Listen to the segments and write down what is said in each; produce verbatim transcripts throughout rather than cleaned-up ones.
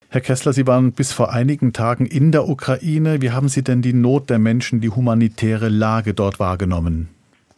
Herr Kessler, Sie waren bis vor einigen Tagen in der Ukraine. Wie haben Sie denn die Not der Menschen, die humanitäre Lage dort wahrgenommen?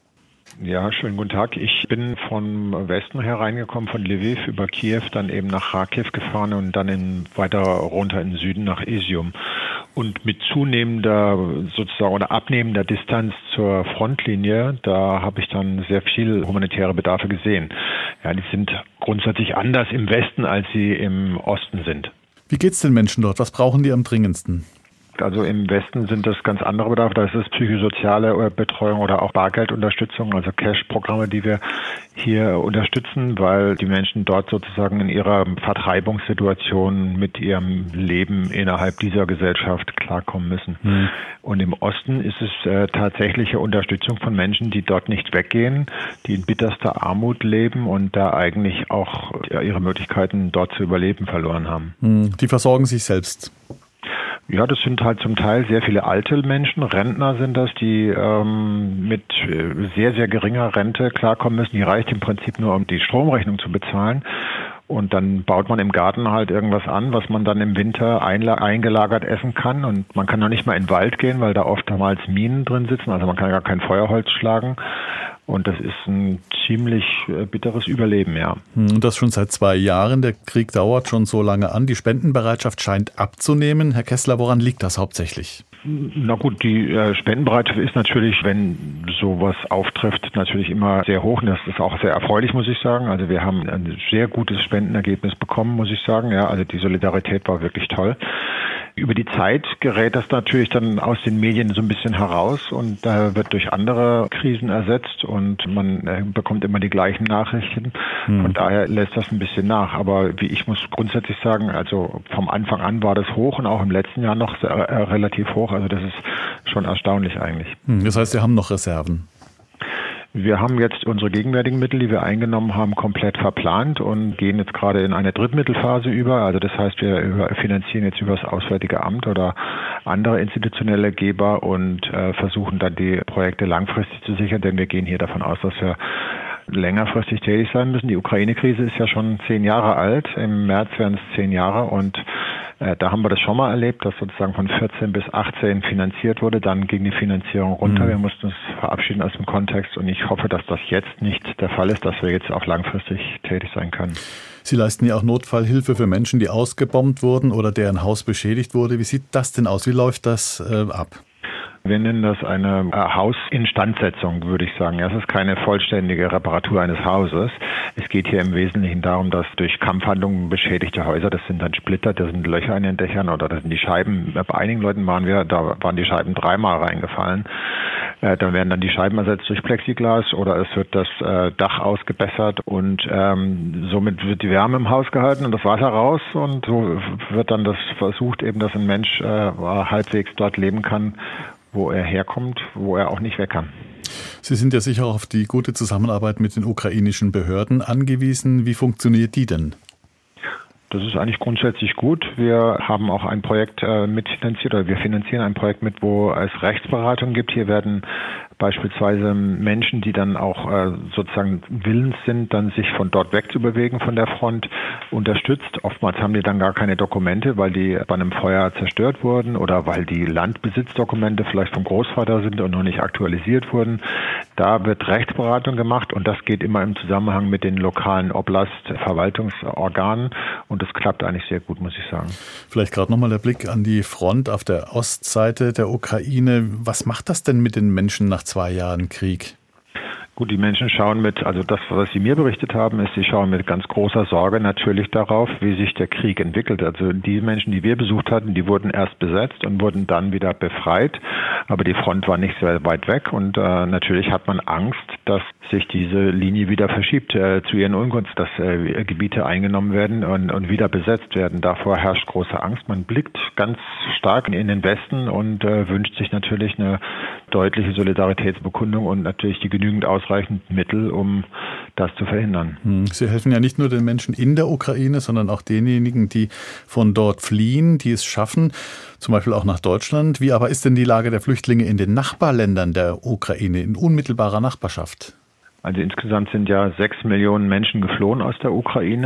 Ja, schönen guten Tag. Ich bin vom Westen hereingekommen, von Lviv über Kiew, dann eben nach Charkiw gefahren und dann in, weiter runter in den Süden nach Izium. Und mit zunehmender sozusagen oder abnehmender Distanz zur Frontlinie, da habe ich dann sehr viel humanitäre Bedarfe gesehen. Ja, die sind grundsätzlich anders im Westen, als sie im Osten sind. Wie geht's den Menschen dort? Was brauchen die am dringendsten? Also im Westen sind das ganz andere Bedarfe. Da ist es psychosoziale Betreuung oder auch Bargeldunterstützung, also Cash-Programme, die wir hier unterstützen, weil die Menschen dort sozusagen in ihrer Vertreibungssituation mit ihrem Leben innerhalb dieser Gesellschaft klarkommen müssen. Mhm. Und im Osten ist es äh, tatsächliche Unterstützung von Menschen, die dort nicht weggehen, die in bitterster Armut leben und da eigentlich auch ja, ihre Möglichkeiten dort zu überleben verloren haben. Mhm. Die versorgen sich selbst. Ja, das sind halt zum Teil sehr viele alte Menschen, Rentner sind das, die ähm, mit sehr, sehr geringer Rente klarkommen müssen. Die reicht im Prinzip nur, um die Stromrechnung zu bezahlen. Und dann baut man im Garten halt irgendwas an, was man dann im Winter einla- eingelagert essen kann. Und man kann noch nicht mal in den Wald gehen, weil da oftmals Minen drin sitzen. Also man kann gar kein Feuerholz schlagen. Und das ist ein ziemlich bitteres Überleben, ja. Und das schon seit zwei Jahren. Der Krieg dauert schon so lange an. Die Spendenbereitschaft scheint abzunehmen. Herr Kessler, woran liegt das hauptsächlich? Na gut, die äh, Spendenbereitschaft ist natürlich, wenn sowas auftrifft, natürlich immer sehr hoch. Und das ist auch sehr erfreulich, muss ich sagen. Also wir haben ein sehr gutes Spendenergebnis bekommen, muss ich sagen. Ja, also die Solidarität war wirklich toll. Über die Zeit gerät das natürlich dann aus den Medien so ein bisschen heraus und äh, wird durch andere Krisen ersetzt und man äh, bekommt immer die gleichen Nachrichten. Hm. Von daher lässt das ein bisschen nach. Aber wie ich muss grundsätzlich sagen, also vom Anfang an war das hoch und auch im letzten Jahr noch sehr, äh, relativ hoch. Also das ist schon erstaunlich eigentlich. Hm. Das heißt, Sie haben noch Reserven? Wir haben jetzt unsere gegenwärtigen Mittel, die wir eingenommen haben, komplett verplant und gehen jetzt gerade in eine Drittmittelphase über. Also das heißt, wir finanzieren jetzt über das Auswärtige Amt oder andere institutionelle Geber und äh, versuchen dann die Projekte langfristig zu sichern, denn wir gehen hier davon aus, dass wir längerfristig tätig sein müssen. Die Ukraine-Krise ist ja schon zehn Jahre alt. Im März werden es zehn Jahre und äh, da haben wir das schon mal erlebt, dass sozusagen von vierzehn bis achtzehn finanziert wurde. Dann ging die Finanzierung runter. Mhm. Wir mussten uns verabschieden aus dem Kontext und ich hoffe, dass das jetzt nicht der Fall ist, dass wir jetzt auch langfristig tätig sein können. Sie leisten ja auch Notfallhilfe für Menschen, die ausgebombt wurden oder deren Haus beschädigt wurde. Wie sieht das denn aus? Wie läuft das äh, ab? Wir nennen das eine Hausinstandsetzung, würde ich sagen. Es ist keine vollständige Reparatur eines Hauses. Es geht hier im Wesentlichen darum, dass durch Kampfhandlungen beschädigte Häuser, das sind dann Splitter, das sind Löcher in den Dächern oder das sind die Scheiben. Bei einigen Leuten waren wir, da waren die Scheiben dreimal reingefallen. Äh, dann werden dann die Scheiben ersetzt durch Plexiglas oder es wird das äh, Dach ausgebessert und ähm, somit wird die Wärme im Haus gehalten und das Wasser raus und so wird dann das versucht eben, dass ein Mensch äh, halbwegs dort leben kann, wo er herkommt, wo er auch nicht weg kann. Sie sind ja sicher auch auf die gute Zusammenarbeit mit den ukrainischen Behörden angewiesen. Wie funktioniert die denn? Das ist eigentlich grundsätzlich gut. Wir haben auch ein Projekt äh, mitfinanziert oder wir finanzieren ein Projekt mit, wo es Rechtsberatung gibt. Hier werden beispielsweise Menschen, die dann auch äh, sozusagen willens sind, dann sich von dort wegzubewegen von der Front, unterstützt. Oftmals haben die dann gar keine Dokumente, weil die bei einem Feuer zerstört wurden oder weil die Landbesitzdokumente vielleicht vom Großvater sind und noch nicht aktualisiert wurden. Da wird Rechtsberatung gemacht und das geht immer im Zusammenhang mit den lokalen Oblast-Verwaltungsorganen und das klappt eigentlich sehr gut, muss ich sagen. Vielleicht gerade nochmal der Blick an die Front auf der Ostseite der Ukraine. Was macht das denn mit den Menschen nach zwei Jahren Krieg? Gut, die Menschen schauen mit, also das, was sie mir berichtet haben, ist, sie schauen mit ganz großer Sorge natürlich darauf, wie sich der Krieg entwickelt. Also die Menschen, die wir besucht hatten, die wurden erst besetzt und wurden dann wieder befreit. Aber die Front war nicht sehr weit weg und äh, natürlich hat man Angst, dass sich diese Linie wieder verschiebt äh, zu ihren Ungunst, dass äh, Gebiete eingenommen werden und, und wieder besetzt werden. Davor herrscht große Angst. Man blickt ganz stark in den Westen und äh, wünscht sich natürlich eine deutliche Solidaritätsbekundung und natürlich die genügend ausreichenden Mittel, um das zu verhindern. Sie helfen ja nicht nur den Menschen in der Ukraine, sondern auch denjenigen, die von dort fliehen, die es schaffen, zum Beispiel auch nach Deutschland. Wie aber ist denn die Lage der Flüchtlinge in den Nachbarländern der Ukraine, in unmittelbarer Nachbarschaft? Also insgesamt sind ja sechs Millionen Menschen geflohen aus der Ukraine.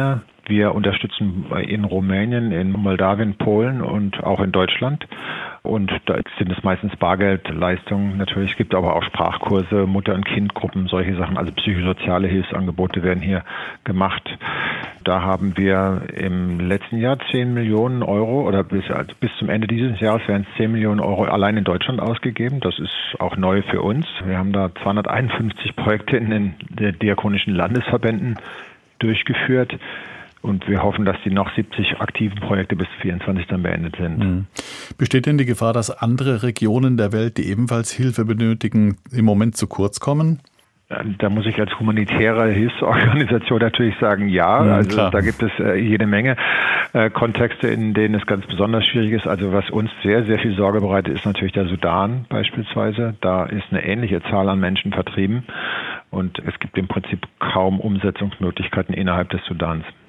Wir unterstützen in Rumänien, in Moldawien, Polen und auch in Deutschland. Und da sind es meistens Bargeldleistungen natürlich. Es gibt aber auch Sprachkurse, Mutter- und Kindgruppen, solche Sachen. Also psychosoziale Hilfsangebote werden hier gemacht. Da haben wir im letzten Jahr zehn Millionen Euro oder bis, also bis zum Ende dieses Jahres werden es zehn Millionen Euro allein in Deutschland ausgegeben. Das ist auch neu für uns. Wir haben da zweihunderteinundfünfzig Projekte in den diakonischen Landesverbänden durchgeführt. Und wir hoffen, dass die noch siebzig aktiven Projekte bis vierundzwanzig dann beendet sind. Mhm. Besteht denn die Gefahr, dass andere Regionen der Welt, die ebenfalls Hilfe benötigen, im Moment zu kurz kommen? Da muss ich als humanitäre Hilfsorganisation natürlich sagen, ja. ja also klar. Da gibt es äh, jede Menge äh, Kontexte, in denen es ganz besonders schwierig ist. Also was uns sehr, sehr viel Sorge bereitet, ist natürlich der Sudan beispielsweise. Da ist eine ähnliche Zahl an Menschen vertrieben und es gibt im Prinzip kaum Umsetzungsmöglichkeiten innerhalb des Sudans.